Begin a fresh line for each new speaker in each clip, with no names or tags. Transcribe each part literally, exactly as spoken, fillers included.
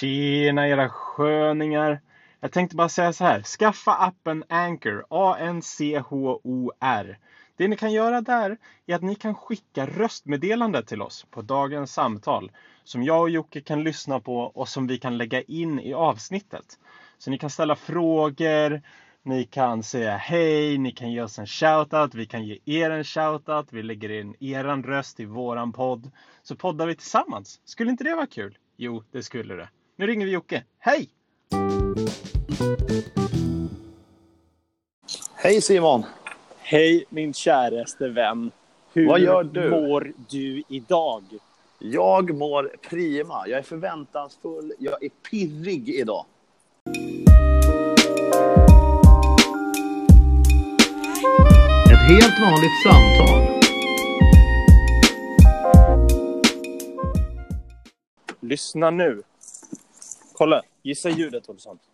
Tjena era sköningar. Jag tänkte bara säga så här. Skaffa appen Anchor. A N C H O R. Det ni kan göra där är att ni kan skicka röstmeddelande till oss på dagens samtal. Som jag och Jocke kan lyssna på och som vi kan lägga in i avsnittet. Så ni kan ställa frågor. Ni kan säga hej. Ni kan ge oss en shoutout. Vi kan ge er en shoutout. Vi lägger in eran röst i våran podd. Så poddar vi tillsammans. Skulle inte det vara kul? Jo, det skulle det. Nu ringer vi Jocke. Hej!
Hej Simon!
Hej min käraste vän. Hur
Vad gör du?
mår du idag?
Jag mår prima. Jag är förväntansfull. Jag är pirrig idag. Ett helt vanligt samtal.
Lyssna nu. Kolla, gissa ljudet och sånt.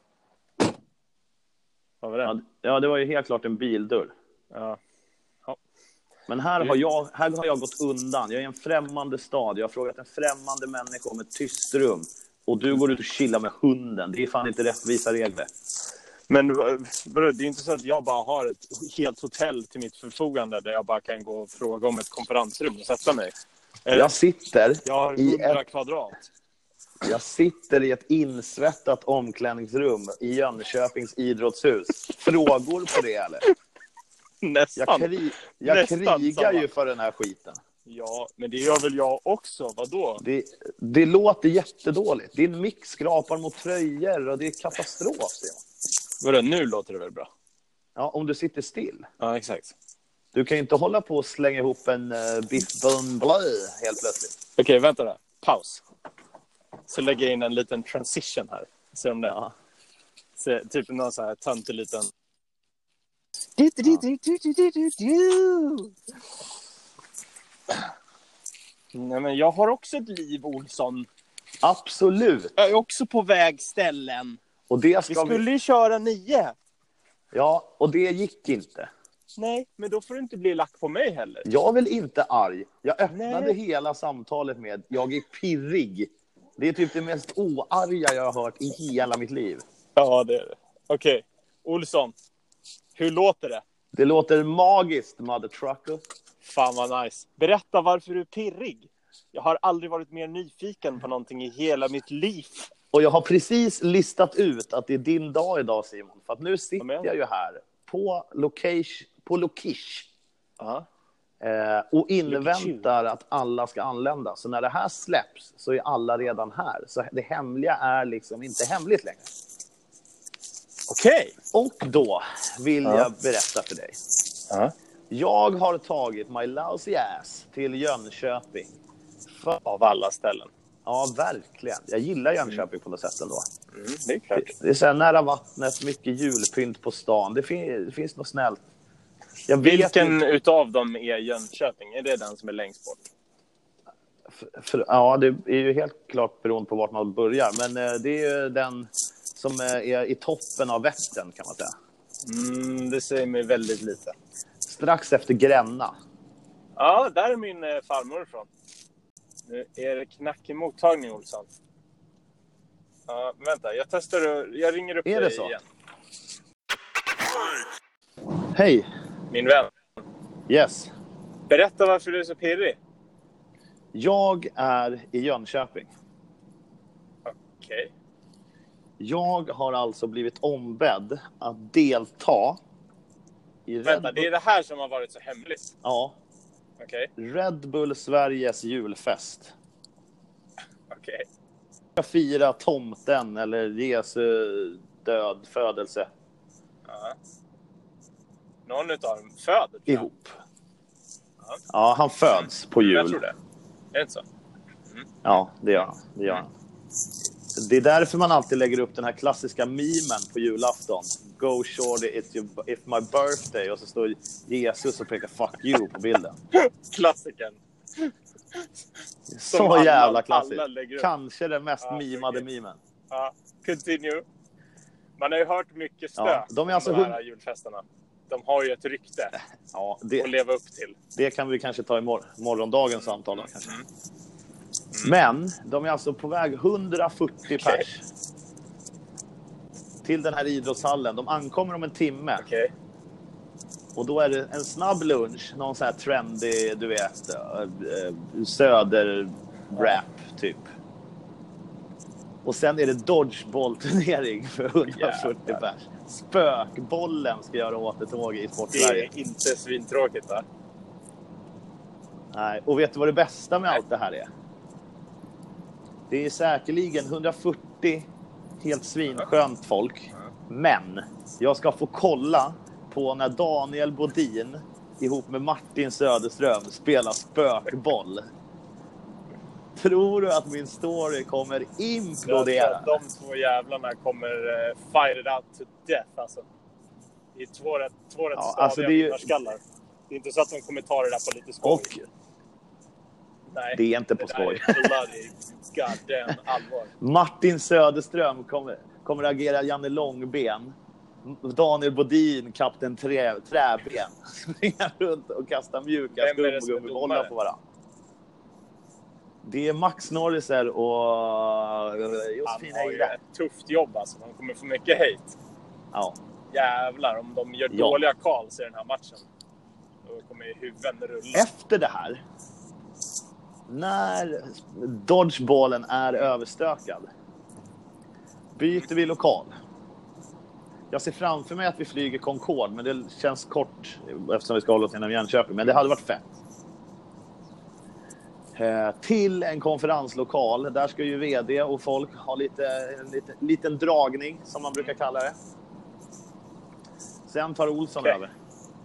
Vad var det?
Ja, ja, det var ju helt klart en bildörr.
Ja. Ja.
Men här har, jag, här har jag gått undan. Jag är i en främmande stad. Jag har frågat en främmande människa om ett tyst rum. Och du går ut och chillar med hunden. Det är fan inte rättvisa regler.
Men bro, det är inte så att jag bara har ett helt hotell till mitt förfogande där jag bara kan gå och fråga om ett konferensrum och sätta mig.
Jag sitter
Jag har
i
hundra
ett...
kvadrat.
Jag sitter i ett insvettat omklädningsrum i Jönköpings idrottshus. Frågor på det, eller?
Nästan.
Jag, kri... jag
Nästan
krigar
samma.
ju för den här skiten.
Ja, men det gör väl jag också. Vadå?
Det, det låter jättedåligt. Din mick skrapar mot tröjor och det är katastrof.
Vadå, nu låter det väl bra?
Ja, om du sitter still.
Ja, exakt.
Du kan ju inte hålla på och slänga ihop en uh, biff bun blö helt plötsligt.
Okej, okay, vänta då. Paus. Så lägger jag in en liten transition här. Se om det.
Ja.
Se, typ någon så här töntig liten...
Ja.
Nej, men jag har också ett liv, Olsson.
Absolut.
Jag är också på väg ställen.
Och det
Vi
ska
skulle
vi...
ju köra nio.
Ja, och det gick inte.
Nej, men då får du inte bli lack på mig heller.
Jag vill inte arg. Jag öppnade
Nej.
hela samtalet med jag är pirrig. Det är typ det mest oarga jag har hört i hela mitt liv.
Ja, det är det. Okej, okay. Olsson. Hur låter det?
Det låter magiskt, mother trucker.
Fan vad nice. Berätta varför du är pirrig. Jag har aldrig varit mer nyfiken på någonting i hela mitt liv.
Och jag har precis listat ut att det är din dag idag, Simon. För att nu sitter jag ju här på location, på Lokish.
Uh-huh.
Eh, och inväntar att alla ska anlända. Så när det här släpps så är alla redan här. Så det hemliga är liksom inte hemligt längre.
Okej.
Okay. Och då vill
uh-huh.
jag berätta för dig.
Uh-huh.
Jag har tagit my lousy ass till Jönköping.
För... Av alla ställen.
Ja, verkligen. Jag gillar Jönköping på något sätt ändå.
Mm, det är klart.
Det, det är så här nära vattnet, mycket julpynt på stan. Det, fin- det finns något snällt. Jag
Vilken
inte...
utav dem är Jönköping? Är det den som är längst bort?
För, för, ja, det är ju helt klart beroende på vart man börjar. Men eh, det är ju den som är i toppen av Vättern, kan man säga.
Mm, det säger mig väldigt lite.
Strax efter Gränna.
Ja, där är min eh, farmor ifrån. Nu är det knackig mottagning, Olsson. Ja, vänta, jag testar och jag ringer upp
är
dig
det så?
igen.
Hej.
Min vän.
Yes.
Berätta varför du är så pirrig.
Jag är i Jönköping.
Okej. Okay.
Jag har alltså blivit ombedd att delta i
Vänta,
Red Bull...
det är det här som har varit så hemligt.
Ja.
Okej. Okay.
Red Bull Sveriges julfest.
Okej. Okay.
Jag ska fira tomten eller Jesu död, födelse.
Ja. Någon utav dem föder
ihop. Ja. Ja, han föds på jul.
Jag tror det. Är det inte så?
Mm. Ja, det gör han. Det gör han. Det är därför man alltid lägger upp den här klassiska memen på julafton. Go shorty, it's, your, it's my birthday. Och så står Jesus och pekar fuck you på bilden.
Klassiken.
Så alla, jävla klassiskt. Kanske den mest
ja,
mimade
okay.
memen.
Ja, continue. Man har ju hört mycket stök
ja, de är alltså
om de här julfesterna. De har ju ett rykte
ja, det,
att leva upp till.
Det kan vi kanske ta i mor- morgondagens samtal. Kanske.
Mm.
Men de är alltså på väg hundrafyrtio
Okay.
pers till den här idrottshallen. De ankommer om en timme.
Okej. Okay.
Och då är det en snabb lunch, någon sån här trendy, du vet, söder-rap typ. Och sen är det dodgeball-turnering för hundrafyrtio pers. Spökbollen ska göra återtåg i Sportsverige.
Det är inte svintråkigt, va?
Nej, och vet du vad det bästa med allt det här är? Det är säkerligen hundrafyrtio helt svinskönt folk. Men jag ska få kolla på när Daniel Bodin ihop med Martin Söderström spelar spökboll. Tror du att min story kommer implodera?
De två jävlarna kommer uh, fight it out to death, alltså. Det är två rätt, två rätt
ja,
stadiga
alltså det är ju...
vinnarsskallar. Det är inte så att de kommer ta det där på lite skoj.
Och
nej,
det är inte på
det
skoj.
Det är bloody goddamn allvar.
Martin Söderström kommer, kommer att agera Janne Långben. Daniel Bodin, kapten trä, Träben. Springer runt och kastar mjuka skumgummibollar på varandra. Det är Max Norriser och Josefin
Han har ju
Eide.
ett tufft jobb, alltså. Han kommer få mycket hate.
Ja.
Jävlar, om de gör
Ja.
dåliga calls i den här matchen. Då kommer ju huvuden rulla.
Efter det här, när dodgeballen är överstökad, byter vi lokal. Jag ser framför mig att vi flyger Concorde, men det känns kort eftersom vi ska hålla oss inom Jönköping. Men det hade varit fett. Eh, till en konferenslokal. Där ska ju vd och folk ha lite, en lite, liten dragning, som man brukar kalla det. Sen tar Olsson
Okay.
över.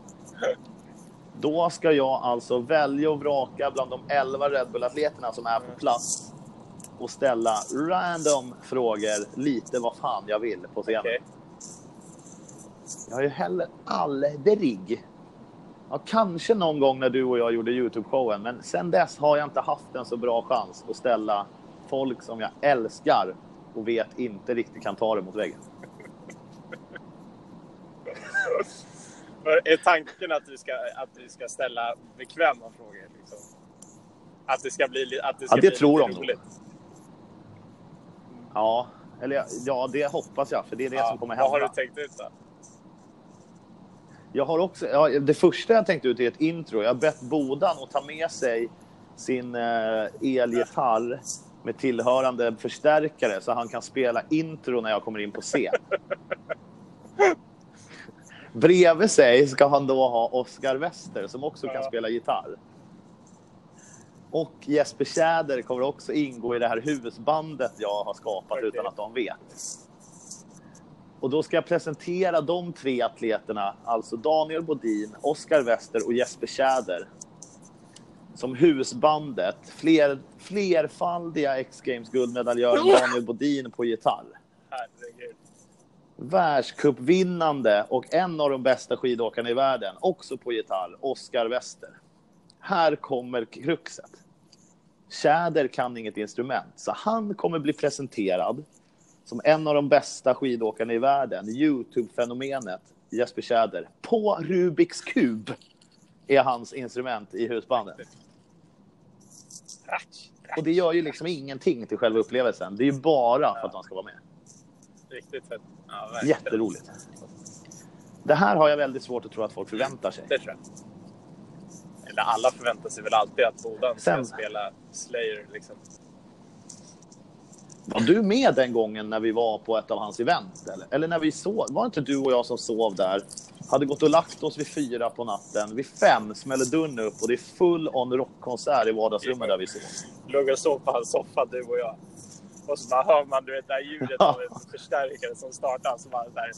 Då ska jag alltså välja och vraka bland de elva Red Bull-atleterna som är på plats och ställa random frågor, lite vad fan jag vill på scenen.
Okay.
Jag har ju heller aldrig, ja, kanske någon gång när du och jag gjorde YouTube-showen, men sen dess har jag inte haft en så bra chans att ställa folk som jag älskar och vet inte riktigt kan ta det mot väggen.
Är tanken att vi ska, att vi ska ställa bekväma frågor? Liksom? Att det ska bli, att det ska
Ja, det
bli
tror
lite
de
roligt?
Ja, eller ja, det hoppas jag, för det är det
Ja,
som kommer hända.
vad har du tänkt ut då?
Jag har också, ja, det första jag tänkte ut är ett intro. Jag har bett Bodan att ta med sig sin eh, elgitarr med tillhörande förstärkare så han kan spela intro när jag kommer in på scen. Bredvid sig ska han då ha Oscar Wester som också kan spela gitarr. Och Jesper Tjäder kommer också ingå i det här husbandet jag har skapat okay. utan att de vet. Och då ska jag presentera de tre atleterna, alltså Daniel Bodin, Oscar Wester och Jesper Tjäder, som husbandet. Fler, flerfaldiga X-Games-guldmedaljören Daniel Bodin på gitarr.
Herregud.
Världscupvinnande och en av de bästa skidåkarna i världen, också på gitarr, Oscar Wester. Här kommer kruxet. Tjäder kan inget instrument, så han kommer bli presenterad som en av de bästa skidåkarna i världen. YouTube-fenomenet Jesper Tjäder. På Rubiks kub är hans instrument i husbandet. Och det gör ju liksom ingenting till själva upplevelsen. Det är ju bara för att man ska vara med.
Riktigt fett. Ja,
jätteroligt. Det här har jag väldigt svårt att tro att folk förväntar sig.
Det tror jag. Eller alla förväntar sig väl alltid att Bodan ska
Sen...
spela Slayer liksom.
Var du med den gången när vi var på ett av hans event? Eller, eller när vi sov? Var inte du och jag som sov där? Hade gått och lagt oss vid fyra på natten. Vid fem smäller dörren upp och det är full on rockkonsert i vardagsrummet där vi sov.
Låg och sov på hans soffa, du och jag. Och så bara hör man, du vet, det här ljudet av en förstärkare som startar. Så bara där.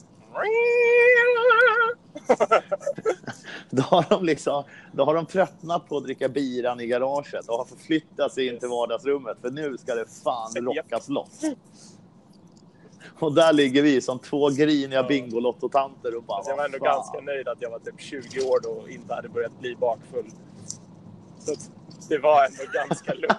Då har de liksom, då har de tröttnat på att dricka biran i garaget och har förflyttat sig in till vardagsrummet. För nu ska det fan rockas loss. Och där ligger vi som två griniga bingolottotanter och bara,
alltså jag var ändå
fan.
ganska nöjd att jag var typ tjugo år då och inte hade börjat bli bakfull. Så det var ändå ganska lugnt.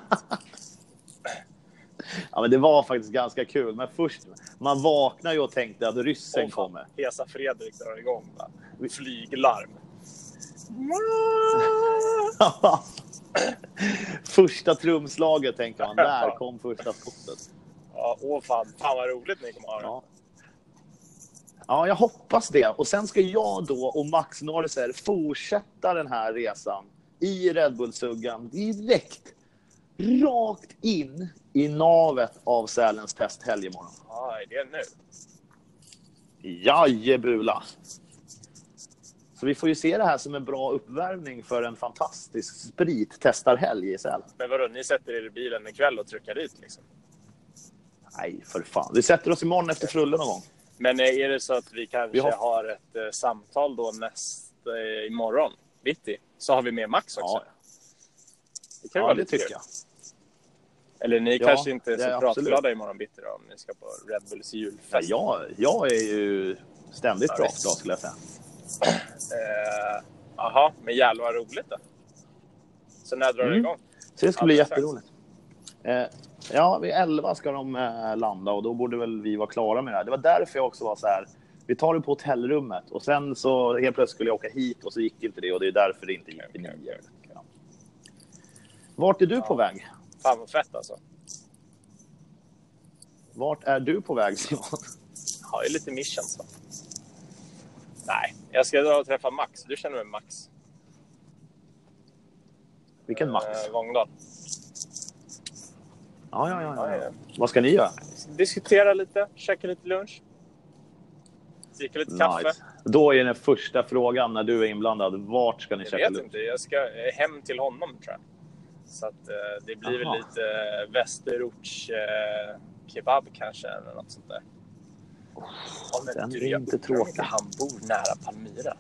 Ja, men det var faktiskt ganska kul. Men först, man vaknar ju och tänkte att ryssen oh, kommer.
Hesa Fredrik drar igång. Va? Flyglarm.
Första trumslaget tänker man. Där kom första skottet.
Ja, åh fan. Fan vad roligt ni kommer ha det.
Ja. Ja, jag hoppas det. Och sen ska jag då och Max Norriser fortsätta den här resan i Red Bull-suggan direkt rakt in i navet av Sälens testhelg imorgon.
Ja, är det nu?
Jajebula! Så vi får ju se det här som en bra uppvärmning för en fantastisk sprittestarhelg i Sälen.
Men vadå, ni sätter er i bilen ikväll och trycker dit liksom?
Nej, för fan. Vi sätter oss imorgon efter Frulle någon gång.
Men är det så att vi kanske
vi har...
har ett eh, samtal då näst eh, imorgon, bitti, så har vi med Max också?
Ja,
det kan
ja,
vara
det
lite
tycker
kul.
jag.
Eller ni
Ja,
kanske inte är så
ja,
pratglada imorgon bitti då, om ni ska på Red Bulls julfest.
Ja, jag, jag är ju ständigt
Ja,
pratglad skulle jag säga.
Jaha, eh, men jävlar roligt då. Så när drar det
Mm.
igång?
Så det ska bli
Alldeles
jätteroligt. Eh, ja, vid elva ska de eh, landa och då borde väl vi vara klara med det här. Det var därför jag också var så här, vi tar det på hotellrummet och sen så helt plötsligt skulle jag åka hit och så gick inte det och det är därför det inte gick till nio. Ja. Vart är du på väg?
Fan vad fett alltså.
Vart är du på väg, Simon?
Har ju lite missions va? Nej, jag ska dra och träffa Max. Du känner med Max?
Vilken Max?
Eh, Vångdal.
Ja, ja, ja, ja.
Ja,
Vad ska ni göra?
diskutera lite, käka lite lunch. Dricka lite kaffe.
Nice. Då är den första frågan när du är inblandad. Vart ska ni
Jag
käka
vet
lunch?
inte, jag ska eh, hem till honom tror jag. Så att eh, det blir
Aha.
väl lite eh, västerorts eh, kebab kanske eller något sånt där.
Oh,
Ja, men
den
du,
är
jag
inte
undrar om
tråkig.
han bor nära Palmyra.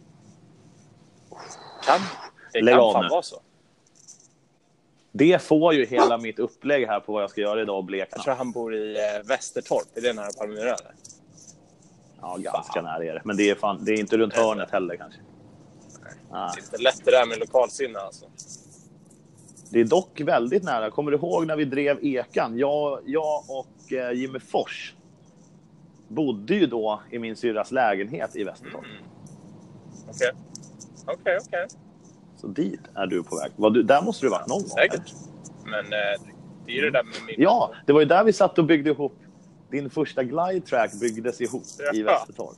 Kan, det
Lägg
kan
av
fan
nu.
vara så.
Det får ju hela mitt upplägg här på vad jag ska göra idag och blekna.
Jag tror han bor i eh, Västertorp. Är det nära Palmyra eller?
Ja, ganska nära är det. Men det är, fan, det är inte runt hörnet heller kanske. Ah.
Det är inte lätt det där med lokalsinne alltså.
Det är dock väldigt nära. Kommer du ihåg när vi drev Ekan? Jag, jag och eh, Jimmy Fors bodde ju då i min syrras lägenhet i Västertorp.
Mm. Okej. Okej, okej.
Så dit är du på väg. Var du, där måste du varit någon gång.
Säkert. Men eh, det är ju det där med min...
Ja, det var ju där vi satt och byggde ihop. Din första glide track byggdes ihop
Ja.
i Västertorp.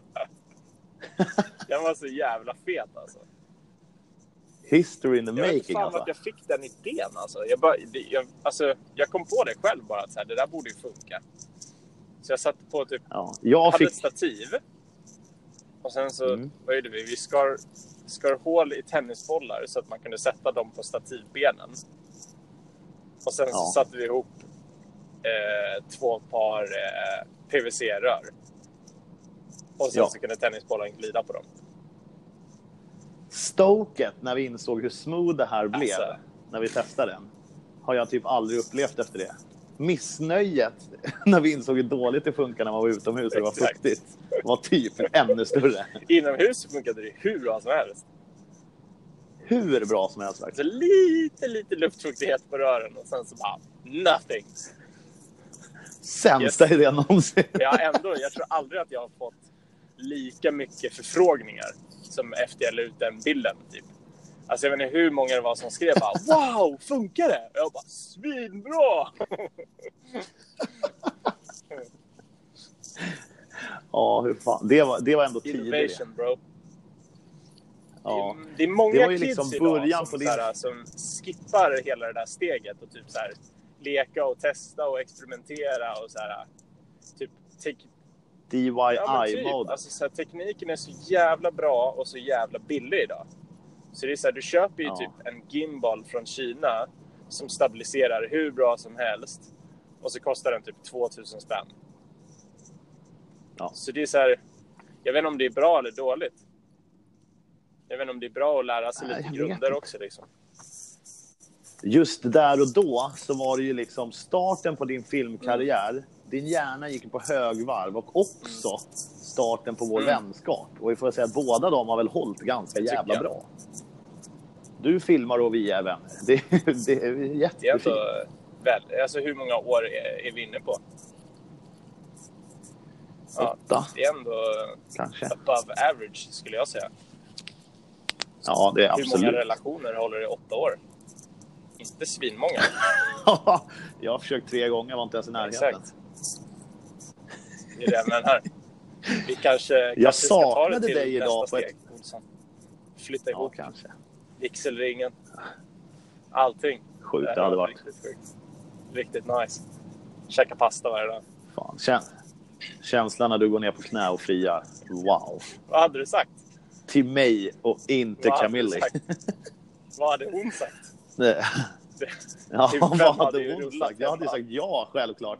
Den var så jävla fet alltså.
History in the
Jag vet inte
making
fan
alltså.
att jag fick den idén alltså. Jag, bara, det, jag, alltså, jag kom på det själv bara att så här, det där borde ju funka. Så jag satte på typ,
Ja, jag
hade
fick...
ett stativ. Och sen så,
Mm.
vad gjorde vi? Vi skar, skar hål i tennisbollar så att man kunde sätta dem på stativbenen. Och sen så
Ja.
satte vi ihop eh, två par eh, P V C-rör. Och sen
Ja.
så kunde tennisbollen glida på dem.
Stoket när vi insåg hur smooth det här blev
Alltså.
när vi testade den har jag typ aldrig upplevt efter det. Missnöjet när vi insåg hur dåligt det funkar när man var utomhus och det var
Exakt.
fuktigt var typ ännu större.
Inomhus funkade det hur bra som helst.
Hur bra som helst
Så
faktiskt.
lite, lite luftfuktighet på rören och sen så bara nothing.
Sämsta idén någonsin.
Jag, ändå, jag tror aldrig att jag har fått lika mycket förfrågningar som efter jag la ut den bilden typ. Alltså jag vet inte hur många det var som skrev bara wow, funkar det? Och jag bara svinbra.
Ja, hur fan. Det var, det var ändå tidigt.
Innovation bro.
Ja.
Det är många
Det var ju
kids
liksom
idag
början
som,
på din-
såhär, som skippar hela det där steget och typ så här leka och testa och experimentera och så här typ tek-
D I
ja, men typ,
Y-mode.
alltså, så här, tekniken är så jävla bra och så jävla billig idag. Så det är så här, du köper ju
Ja.
typ en gimbal från Kina som stabiliserar hur bra som helst och så kostar den typ tvåtusen spänn.
Ja.
Så det är så här, jag vet inte om det är bra eller dåligt. Jag vet inte om det är bra att lära sig
Nej,
lite
jag vet
grunder
inte.
också liksom.
Just där och då så var det ju liksom starten på din filmkarriär. Din hjärna gick på högvarv och också starten på vår
Mm.
vänskap. Och vi får säga att båda de har väl hållit ganska
Det tycker
jävla
jag.
bra. Du filmar och vi är vänner. Det, det är
Det är
jättefint.
ändå väl, alltså hur många år är, är vi inne på? Ja,
Åtta
det är ändå
kanske.
above average skulle jag säga.
Ja, det är
Hur många
absolut.
relationer håller i åtta år? Inte svinmånga.
Jag har försökt tre gånger, var inte ens i närheten.
Exakt. Det är det jag menar. Vi kanske,
jag
kanske ska ta det
saknade
till
dig idag
nästa
på
steg.
ett...
Flytta
Ja,
ihop.
kanske.
Vigselringen. Allting.
Sjukt det hade varit.
Riktigt sjukt. Riktigt nice. Käka pasta varje dag.
Fan, kän... Känslan när du går ner på knä och friar. Wow.
Vad hade du sagt?
Till mig och inte
Vad hade du
Camilli.
sagt? Vad hade hon sagt?
Det...
Det...
Ja,
Typ
vad
vem
hade
ju
hon
rullat
sagt? Jag hade ju
hemma?
sagt ja, självklart.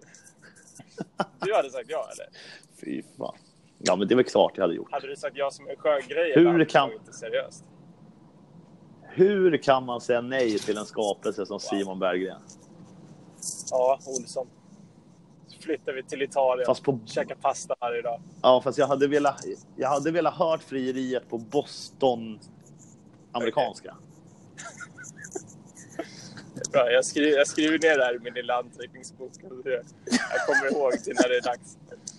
Du hade sagt ja, eller?
Fy fan. Ja, men det är väl klart jag hade gjort.
Hade du sagt ja som en sjögrej?
Hur
eller hade du
kan-
tagit det seriöst?
Hur kan man säga nej till en skapelse som Simon Berggren?
Ja, Olsson. Så flyttar vi till Italien.
Fast på...
Käka pasta varje dag.
Ja, fast jag hade velat, jag hade velat hört frieriet på Boston amerikanska.
Bra, jag, skriver, jag skriver ner det här i min lilla anteckningsbok. Jag kommer ihåg till när det är dags.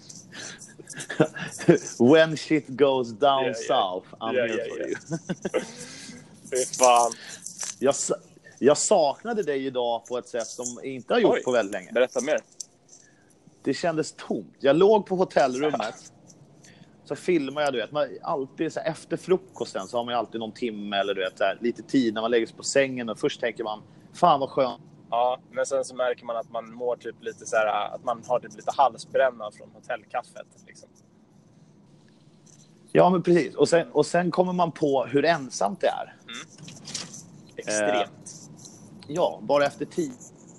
When shit goes down
Yeah, yeah.
south, I'm
Yeah,
here
yeah,
for
yeah.
you.
Fy fan.
Jag, sa- jag saknade dig idag på ett sätt som jag inte har gjort
Oj.
på väldigt länge.
Berätta mer.
Det kändes tomt. Jag låg på hotellrummet. Så filmar jag, du vet. Man, alltid så här, efter frukosten så har man ju alltid någon timme eller du vet, så här, lite tid när man lägger sig på sängen. Och först tänker man, fan vad skönt.
Ja, men sen så märker man att man mår typ lite så här, att man har typ lite halsbränna från hotellkaffet. Liksom.
Ja, men precis. Och sen, och sen kommer man på hur ensamt det är.
Extremt.
Ja, bara efter tid.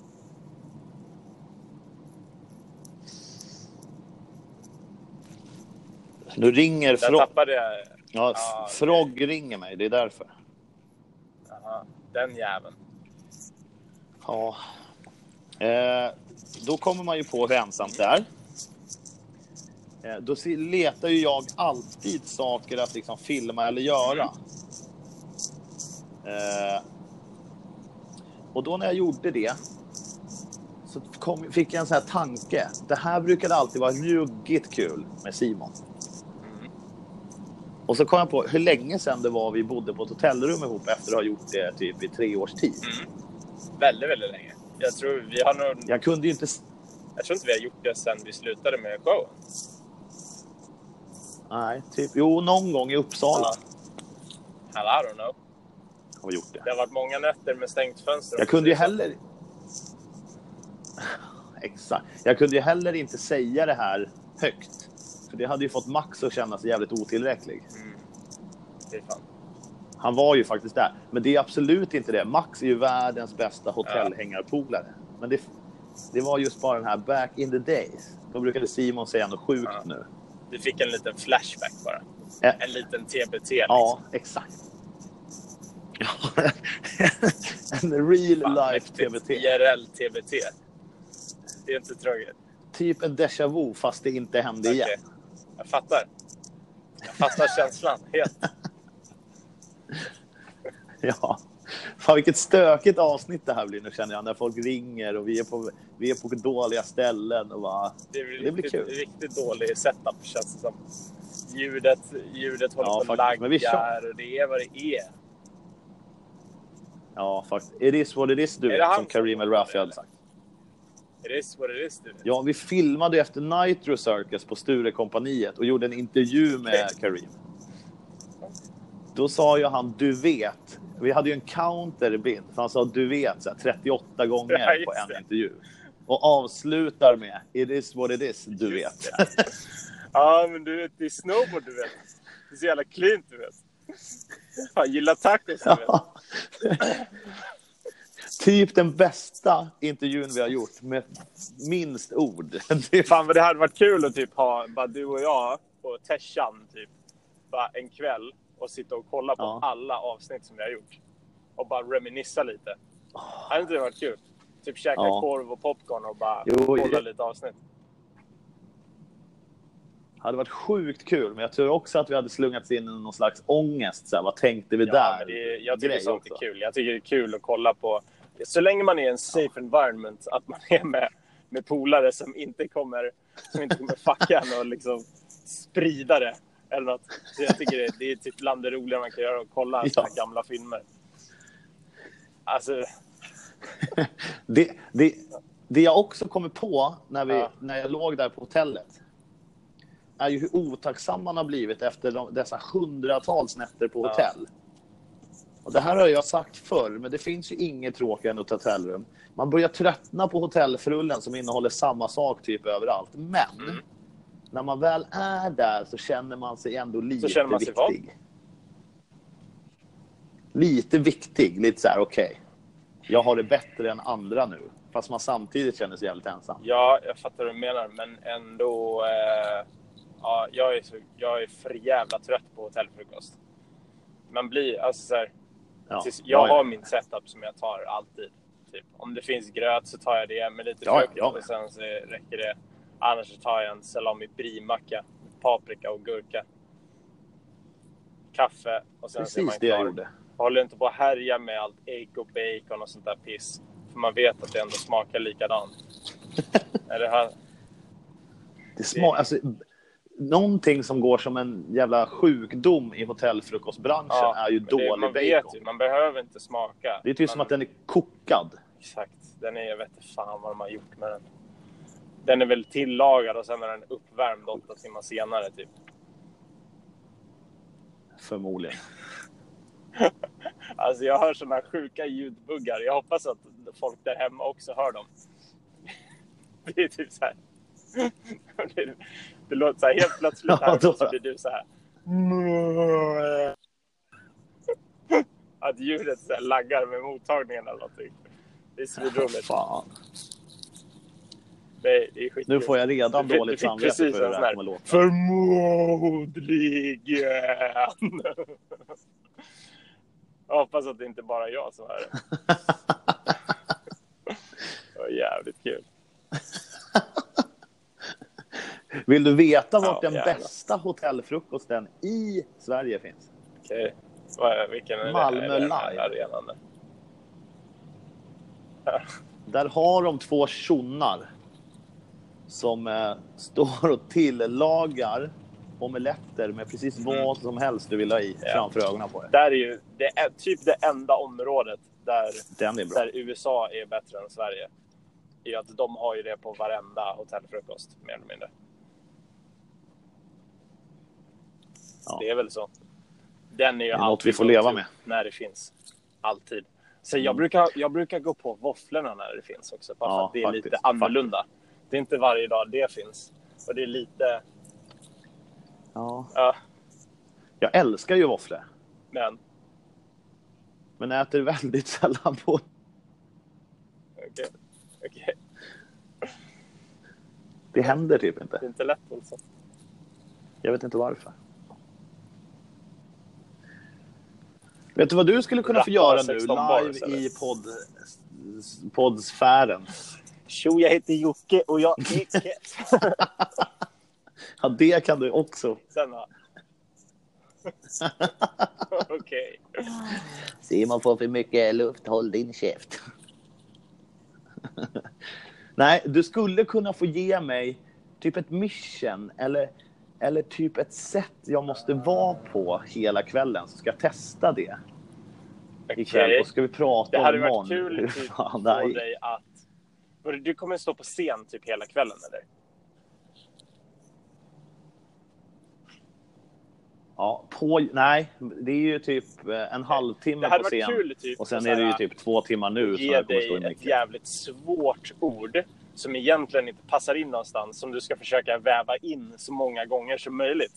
Nu ringer
Där
Frog.
tappade jag...
Ja,
Ja,
Frog ringer mig, det är därför.
Aha, den jäveln.
Ja. Eh, då kommer man ju på hur ensamt det är. Eh, då se- letar ju jag alltid saker att liksom filma eller göra. Eh, och då när jag gjorde det så kom, fick jag en sån här tanke. Det här brukade alltid vara ruggigt kul med Simon. Och så kom jag på hur länge sedan det var vi bodde på ett hotellrum ihop efter att ha gjort det typ i tre års tid.
Mm. Väldigt, väldigt länge. Jag tror vi har nog...
Jag kunde ju inte...
Jag tror inte vi har gjort det sen vi slutade med showen.
Nej, typ... Jo, någon gång i Uppsala
Hell, I don't know.
har vi gjort det.
Det har varit många nätter med stängt fönster.
Jag kunde ju heller... Exakt. Jag kunde ju heller inte säga det här högt. För det hade ju fått Max att känna sig jävligt otillräcklig.
Mm. Det är fan.
Han var ju faktiskt där. Men det är absolut inte det. Max är ju världens bästa hotellhängarpolare. Men det, det var just bara den här back in the days. Då brukade Simon säga något sjukt
Ja.
nu.
Du fick en liten flashback bara.
Ä-
En liten T B T liksom.
Ja, exakt. En real
Fan,
life
mäktigt.
T B T.
I R L T B T. Det är inte tråkigt.
Typ en déjà vu fast det inte hände igen.
Okej. Jag fattar. Jag fattar känslan helt.
Ja. Fan vilket stökigt avsnitt det här blir nu känner jag. När folk ringer och vi är på, vi är på dåliga ställen. Och bara,
Det, är
det blir
riktigt,
kul.
riktigt dålig setup känns det som. Ljudet, ljudet håller
Ja,
på att
faktiskt. Men vi
laggar och det är vad det är.
Ja, faktiskt. It is what it is, du
Är det
vet,
han
som Karim
som-
El Rafi hade sagt.
It is what it is, du vet.
Ja, vi filmade efter Nitro Circus på Sturekompaniet och gjorde en intervju med Karim. Då sa ju han, du vet. Vi hade ju en counterbild. För han sa, du vet, så här, trettioåtta gånger
Ja, just
på en
det.
intervju. Och avslutar med, it is what it is, du vet.
Ja, men du vet, det är snowboard, du vet. Det är så jävla cleant, du vet. Fan, gillar tacos, du vet.
Ja. Typ den bästa intervjun vi har gjort med minst ord. Det är
Fan, vad det hade varit kul att typ ha bara du och jag på Teshan typ bara en kväll och sitta och kolla på
Ja.
alla avsnitt som vi har gjort. Och bara reminissa lite. Hade inte det varit kul? Typ käka
Ja.
korv och popcorn och bara
Jo,
kolla
det-
lite avsnitt.
hade varit sjukt kul, men jag tror också att vi hade slungats in i någon slags ångest. Så här, vad tänkte vi
Ja,
där?
men det är, jag tycker
Grej
sånt
också.
är kul. Jag tycker det är kul att kolla på. Så länge man är i en safe environment, att man är med, med polare som inte kommer som inte kommer fucka en och liksom sprida det. Eller något. Så jag tycker det, det är typ bland det roliga man kan göra att kolla
Ja.
såna här gamla filmer. Alltså,
det, det, det jag också kommer på när, vi,
Ja.
när jag låg där på hotellet är ju hur otacksam man har blivit efter de, dessa hundratals nätter på
Ja.
hotell. Och det här har jag sagt förr, men det finns ju inget tråkigare än ett hotellrum. Man börjar tröttna på hotellfrullen som innehåller samma sak typ överallt. Men
Mm.
när man väl är där så känner man sig ändå lite
känner man sig
viktig. Lite viktig, lite så här okej. Jag har det bättre än andra nu. Fast man samtidigt känner sig jävligt ensam.
Ja, jag fattar vad du menar, men ändå... Eh, ja, jag är, så, jag är för jävla trött på hotellfrukost. Man blir, alltså så här,
Ja.
tills, jag
Ja, ja.
har min setup som jag tar alltid. Typ. Om det finns gröt så tar jag det med lite
Ja,
frukt
jag med.
och sen så räcker det. Annars så tar jag en salami brie-macka, paprika och gurka. Kaffe och sen så är man
Precis det jag
klar.
gjorde.
Håller inte på att härja med allt ägg och bacon och sånt där piss. För man vet att det ändå smakar likadant. Eller här.
Det smak, alltså, någonting som går som en jävla sjukdom i hotellfrukostbranschen är ju
men
dålig
det, man
bacon.
vet ju, man behöver inte smaka.
Det är typ
man,
som att den är kokad.
Exakt, den är, jag vet inte fan vad de har gjort med den. Den är väl tillagad och sen är den uppvärmd åtta timmar senare typ.
Förmodligen.
Alltså jag hör såna sjuka ljudbuggar. Jag hoppas att folk där hemma också hör dem. Det är typ så här. Det, det låter så här helt plötsligt här.
Ja,
Så blir du så här. Att ljudet så här laggar med mottagningen eller någonting. Det är så roligt.
Fan.
Nej, det är skit.
Nu får jag redan
Du-
dåligt
du fick
samvete
precis
för
en
hur det
sån
här
här,
kommer låta.
Förmodligen. Jag hoppas att det inte bara är jag som hör det. Det var jävligt kul.
Vill du veta vart
Ja,
den
gärna.
bästa hotellfrukosten i Sverige finns?
Okej. Vad- Vilken är det?
Malmö
Är det den här
Live.
arenan där? Ja.
Där har de två tjonnar som eh, står och tillagar omeletter med precis vad som helst du vill ha i
Mm. Ja.
framför ögonen på dig.
Där är ju det är typ det enda området där,
Den är bra.
där U S A är bättre än Sverige. Är ju att de har ju det på varenda hotellfrukost, mer eller mindre.
Ja.
Det är väl så. Den är ju
Det är något
alltid
vi får leva
go-to
med.
när det finns. Alltid. Så jag,
Mm.
brukar, jag brukar gå på våfflorna när det finns också. Bara
Ja,
för att det är
faktiskt,
lite annorlunda. Det är inte varje dag det finns. Och det är lite...
Ja.
Ja,
Jag älskar ju våfflor.
men...
Men äter väldigt sällan på.
Okej. Okej.
Det händer typ inte.
Det är inte lätt alltså.
Jag vet inte varför. Vet du vad du skulle kunna få
Rappa
göra nu
sexton bars,
live
eller?
i podd, poddsfären?
Tjo, jag heter Jocke och jag är Ket.
Ja, det kan du också.
Sen va? Okej.
Simon får för mycket luft, håll din käft. Nej, du skulle kunna få ge mig typ ett mission eller, eller typ ett sätt jag måste vara på hela kvällen, så ska jag testa det ikväll.
Okej.
Och ska vi prata
Det hade
om
varit
imorgon
kul
hur
typ,
fan
för
det här gick.
dig att... Vadå, du kommer stå på scen typ hela kvällen, eller?
Ja, på, nej, det är ju typ eh, en halvtimme
Det hade
på
varit
scen.
kul typ
Och sen
att
är det ju
så här,
typ två timmar nu som
ge
jag kommer stå i
dig ett
mycket.
jävligt svårt ord som egentligen inte passar in någonstans, som du ska försöka väva in så många gånger som möjligt.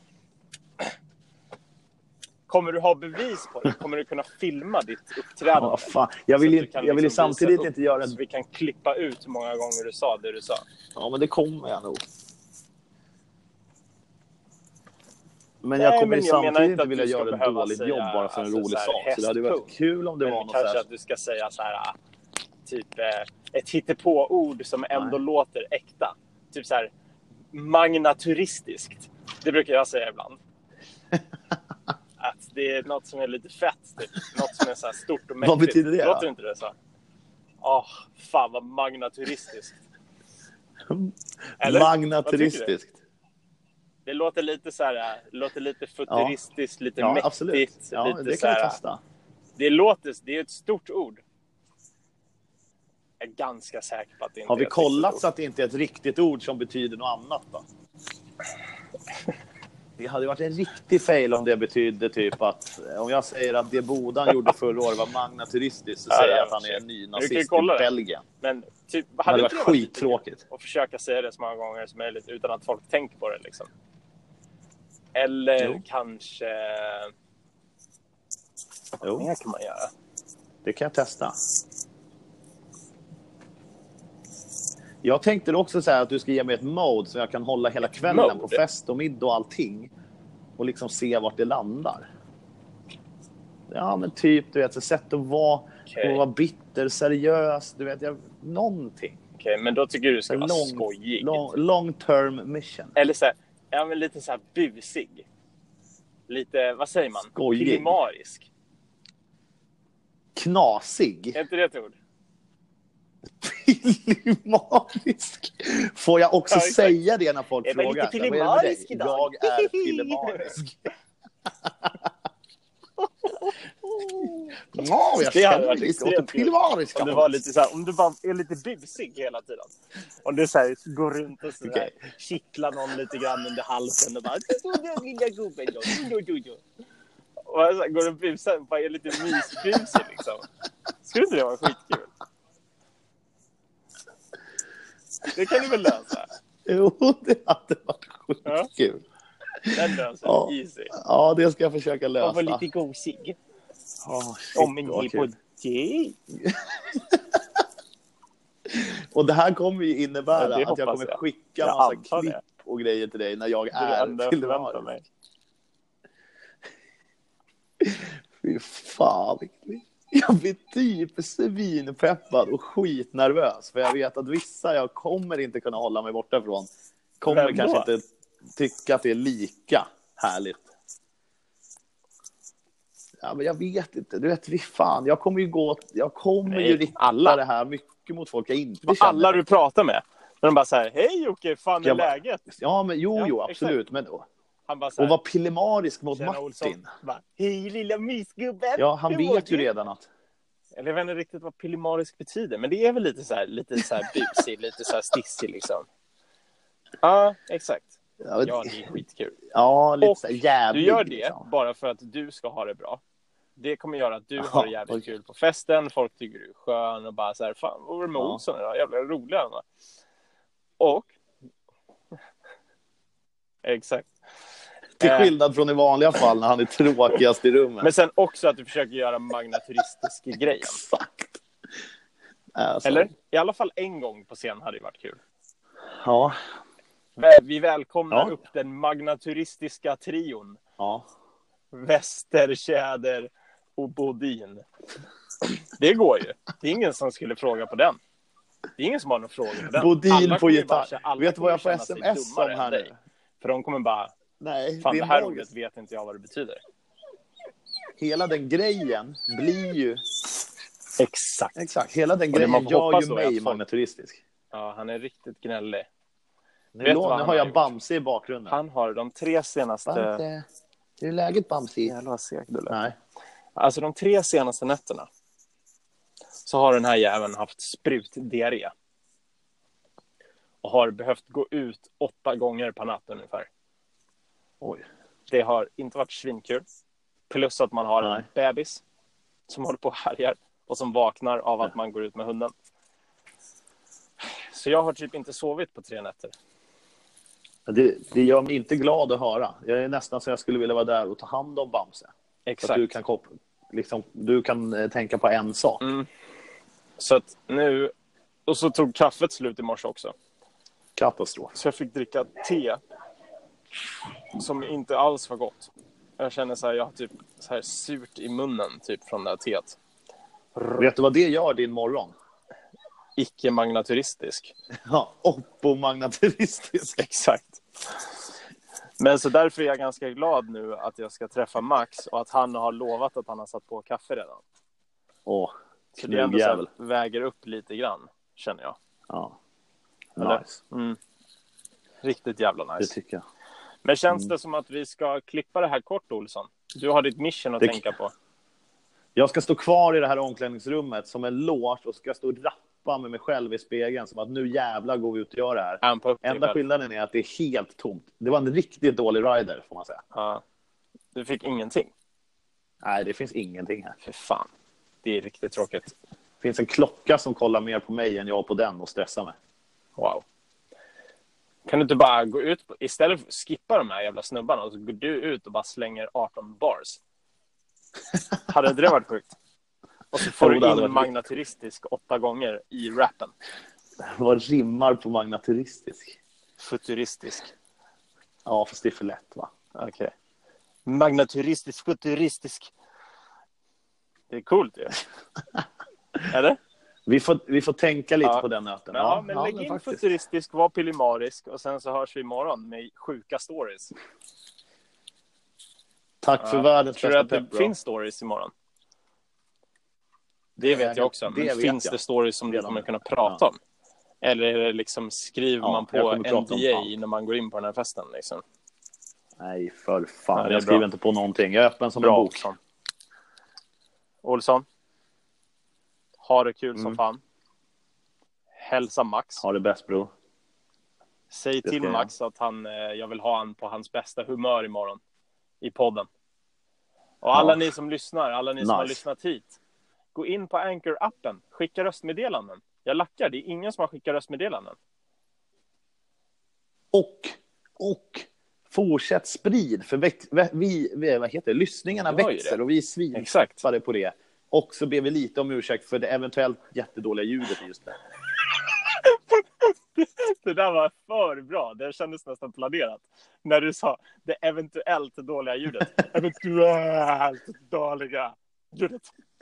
Kommer du ha bevis på det? Kommer du kunna filma ditt uppträdande?
Ja, fan. Jag vill
Så
ju
att du kan
jag vill ju
liksom
samtidigt
visa upp,
inte göra...
så vi kan klippa ut hur många gånger du sa det du sa.
Ja, men det kommer jag nog. Men
Nej,
jag kommer
men
ju
jag menar
samtidigt
inte
inte
att
vilja
du ska
göra ett
behöva
dåligt
säga,
jobb bara för en
alltså,
rolig
så här,
sak. Så det hade varit
hästpung.
kul om det
Men
var något
kanske
så här...
att du ska säga så här, typ eh, ett hittepå-ord som ändå
Nej.
låter äkta. Typ så här magnaturistiskt. Det brukar jag säga ibland. Att det är något som är lite fett, typ. Något som är så här stort och mäktigt.
Vad betyder det,
Låter
då?
inte det så? Åh, fan vad magnaturistiskt. Eller? Vad tycker
Magnaturistiskt.
Det låter lite så här, låter lite futuristiskt, lite
Ja,
mäktigt.
absolut. Ja,
lite
det
så
kan vi
här,
testa.
Det låter, det är ett stort ord. Jag är ganska säker på att det inte
Har vi
är ett
kollat
riktigt
så
ord.
att det inte är ett riktigt ord som betyder något annat då? Det hade varit en riktig fail om det betydde typ att om jag säger att det Bodan gjorde förra året var magnaturistiskt så
Ja,
säger
det
jag
är
att han är
shit.
en ny
Men du kan ju
nazist i
kolla det.
Belgien.
Men typ,
Det hade
hade
varit
inte det varit lite
skittråkigt.
kul att försöka säga det så många gånger som möjligt utan att folk tänker på det liksom? Eller
Jo.
kanske...
Jo.
Vad mer kan man göra?
Det kan jag testa. Jag tänkte också säga att du ska ge mig ett mode så jag kan hålla hela kvällen
mode?
på fest och middag och allting. Och liksom se vart det landar. Ja, men typ, du vet, så sätt att vara,
Okej.
att vara bitter, seriös, du vet, jag, någonting.
Okej, men då tycker du det ska
En
vara
lång,
skojig.
lång, long term mission.
Eller så här, ja men lite så här busig. Lite, vad säger man?
Skojig.
Pillemarisk.
Knasig.
Är inte det ett ord?
Pillemarisk. Får jag också
Ja, exakt.
säga det när folk
Är man
frågar?
lite
Vad är det med dig?
pillemarisk idag?
Jag är pillemarisk. Ja, jag
Det hade
känner
varit
lite åt
extremt
det
kul.
pillemariska.
Om det var lite så här, om du bara är lite busig hela tiden. Om du så här, går runt och så
Okej.
där, kittlar någon lite grann under halsen och bara lilla gubben då. Du, du, du. Och så här, går och busar och bara är lite mysbusig liksom. Skulle inte det vara skitkul? Det kan du väl lösa?
Jo, det hade varit skitkul.
Den löser
Ja.
easy.
Ja, det ska jag försöka lösa.
Och vara lite gosig.
Oh, shit,
Om en
vad
ge
kul.
på det.
Och det här kommer ju innebära
Ja, det
att jag
hoppas
kommer
jag.
skicka
Jag
massa
antar
klipp
det.
och grejer till dig när jag
Det är det
är
enda jag förväntar
pillemarisk.
mig.
Fy fan. Jag blir typ svinpeppad och skitnervös. För jag vet att vissa jag kommer inte kunna hålla mig borta från. Kommer
Vem då?
kanske inte tycka att det är lika härligt. Ja, men jag vet inte. Du vet, vi fan. Jag kommer ju gå... Jag kommer
Nej,
ju rikta
alla.
det här mycket mot folk jag inte
Och
känner.
alla du pratar med. När de bara säger hej Jocke, fan är
Jag bara-
läget?
Ja, men jo,
Ja,
jo,
exakt.
absolut. Men,
Han bara
och
såhär,
vara pillemarisk mot
tjena
Martin.
Olsson. Bara, hej lilla mysgubben.
Ja, han
Hur mår
vet ju
du?
redan att...
Eller jag vet inte riktigt vad pillemarisk betyder. Men det är väl lite så här, lite så här busig, lite så här stissig liksom. Ja, exakt.
Ja, men-
Ja, det är skitkul.
ja lite
Och
så här jävlig.
Du gör det
liksom.
bara för att du ska ha det bra. Det kommer göra att du
Aha,
har det jävligt
okej.
kul på festen. Folk tycker du är skön och bara så här, fan, vad var det med
Ja.
Olsson idag? Jävla rolig han var. Och exakt.
Till
Eh,
skillnad från i vanliga fall när han är tråkigast i rummet.
Men sen också att du försöker göra magnaturistisk grejen.
Exakt. Alltså,
Eller? I alla fall en gång på scen hade det varit kul.
Ja.
Vä- Vi välkomnar
Ja.
upp den magnaturistiska trion.
Ja.
Västertjäder och Bodin. Det går ju. Det är ingen som skulle fråga på den. Det är ingen som har någon fråga på den.
Bodin
Alla
på
kommer ju bara
gitarr.
känna- alla
Vet du vad jag får
kommer känna sig
sms om
dummare
här
än dig.
nu?
För de kommer bara,
Nej,
fan
det
det
är
här
magiskt.
ordet vet inte jag vad det betyder.
Hela den grejen blir ju...
Exakt.
Exakt. Hela den
Och det man
grejen
får
gör
hoppas
ju
då är
mig
att folk-
magnaturistisk.
Ja, han är riktigt gnällig.
Nu,
Vet du
lå-
vad
nu
han
har
har
jag
gjort?
Bamse i bakgrunden.
Han har de tre senaste...
Bamse. Hur är läget, Bamse?
Jävlar vad seg du lät.
Nej.
Alltså de tre senaste nätterna så har den här jäveln haft sprutdiarré. Och har behövt gå ut åtta gånger per natt ungefär.
Oj.
Det har inte varit svinkul. Plus att man har
Nej.
en bebis som håller på och härjar och som vaknar av att man går ut med hunden. Så jag har typ inte sovit på tre nätter.
Det, det gör mig inte glad att höra. Jag är nästan så jag skulle vilja vara där och ta hand om Bamse. Så
Exakt.
att du kan, kop- liksom, du kan eh, tänka på en sak.
Mm. Så att nu... Och så tog kaffet slut i morse också.
Katastrof.
Så jag fick dricka te som inte alls var gott. Jag känner så här, jag har typ så här surt i munnen typ från det här teet.
Vet du vad det gör din morgon?
Icke-magnaturistisk.
Ja, oppomagnaturistisk.
Exakt. Men så därför är jag ganska glad nu att jag ska träffa Max och att han har lovat att han har satt på kaffe redan.
Åh,
Så det är ändå så
knugjävel.
här, väger upp lite grann, känner jag.
Ja.
Eller?
Nice.
Mm. Riktigt jävla
Det
nice.
tycker jag.
Men känns det som att vi ska klippa det här kort, Olsson? Du har ditt mission att
Det-
tänka på.
Jag ska stå kvar i det här omklädningsrummet som en lås och ska stå och rappa klappa med mig själv i spegeln som att nu jävlar går vi ut och gör det här.
Ampa upp dig
Enda
själv.
skillnaden är att det är helt tomt. Det var en riktigt dålig rider, får man säga.
Ja. Du fick ingenting.
Nej, det finns ingenting här.
För fan. Det är riktigt tråkigt.
Det finns en klocka som kollar mer på mig än jag på den och stressar mig.
Wow. Kan du inte bara gå ut på, istället för att skippa de här jävla snubbarna, och så går du ut och bara slänger arton bars? Hade inte det varit sjukt? Och så får
Jo,
du
det hade
in
varit
magnaturistisk åtta gånger i rappen.
Vad rimmar på magnaturistisk?
Futuristisk.
Ja, fast det är för lätt, va?
Okej. Okay. Magnaturistisk, futuristisk. Det är coolt ju. Eller?
Vi får, vi får tänka lite
Ja.
på den nöten.
Ja,
Ja,
men
ja,
lägg
men
in
faktiskt.
futuristisk, var pillemarisk, och sen så hörs vi imorgon med sjuka stories.
Tack för
Ja.
världens
Tror du
bästa
att det
pepp, bro.
finns stories imorgon? Det vet jag också.
Det
Men
vet
finns
jag.
det stories som du
Redan.
kommer kunna prata om? Eller är det liksom, skriver
Ja,
man
jag
på
kommer prata om
N D A
allt.
när man går in på den här festen? Liksom?
Nej, för fan.
Ja, det är
jag skriver
bra.
inte på någonting. Jag är öppen som
Bra,
en bok.
Olsson. Olsson. Ha det kul
Mm.
som fan. Hälsa Max.
Ha det bäst, bro.
Säg
Det
till
ska jag.
Max att han, eh, jag vill ha han på hans bästa humör imorgon. I podden. Och alla
Ja.
ni som lyssnar, alla ni som har
Nice.
lyssnat hit. Gå in på Anchor-appen. Skicka röstmeddelanden. Jag lackar, det är ingen som har skickat röstmeddelanden.
Och, och fortsätt sprid. För vi, vi, vi vad heter det? Lyssningarna
Gör ju
växer
det.
och vi är
Exakt.
svinpeppade på det. Och så ber vi lite om ursäkt för det eventuellt jättedåliga ljudet just det.
Det där var för bra. Det kändes nästan planerat. När du sa det eventuellt dåliga ljudet. Eventuellt dåliga ljudet.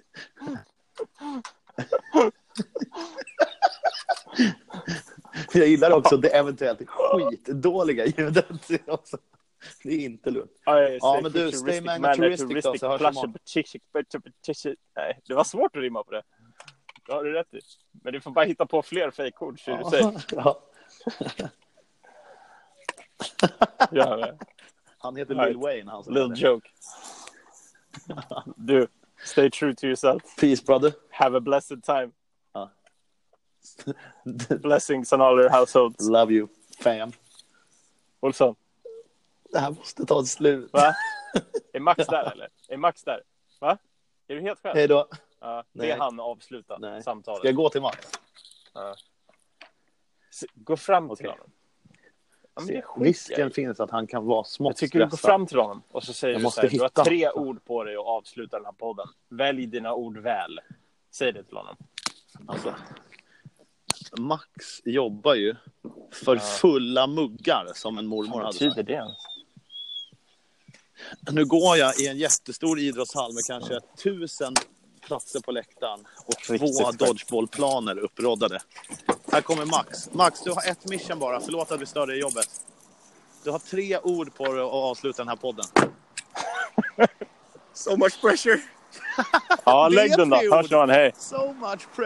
Jag gillar också det eventuellt skitdåliga ljudet. Också. Det är inte lugnt. Ja, men du, stay magnaturistic då, så hörs imorgon.
Nej, det var svårt att rimma på det. Det har du rätt i. Men du får bara hitta på fler fake-ord, så du
Ja.
säger.
Ja.
Ja, men.
Han heter
Right.
Lil Wayne. Han som
Little
heter.
joke. Du, stay true to yourself.
Peace, brother.
Have a blessed time.
Ja.
Blessings on all your households.
Love you, fam.
Olsson,
Det här måste ta ett slut.
va? Är Max där eller? Är Max där? Va? Är du helt själv?
Hej då.
Ja, det
Nej.
är han avsluta
Nej.
samtalet.
Ska jag gå till Max?
Ja. S- Gå fram till
Okej.
honom. Ja, men det
Se.
skiter jag
Risken
i.
finns att han kan vara smått
Jag tycker du går
stressad.
fram till honom och så säger
Jag
du
måste
så här, du har
hitta.
tre ord på dig att avsluta den här podden. Välj dina ord väl. Säg det till honom.
Alltså, Max jobbar ju för
Ja.
fulla muggar som en mormor
Vad
hade
betyder
sagt.
det ens?
Nu går jag i en jättestor idrottshall med kanske tusen platser på läktaren och två
Riktigt
dodgeballplaner upproddade. Här kommer Max. Max, du har ett mission bara. Förlåt att vi stör dig i jobbet. Du har tre ord på dig att avsluta den här podden.
So much pressure. Ja,
Det är
lägg den då.
tre
Hörs
ord.
man, hej.
So much pressure.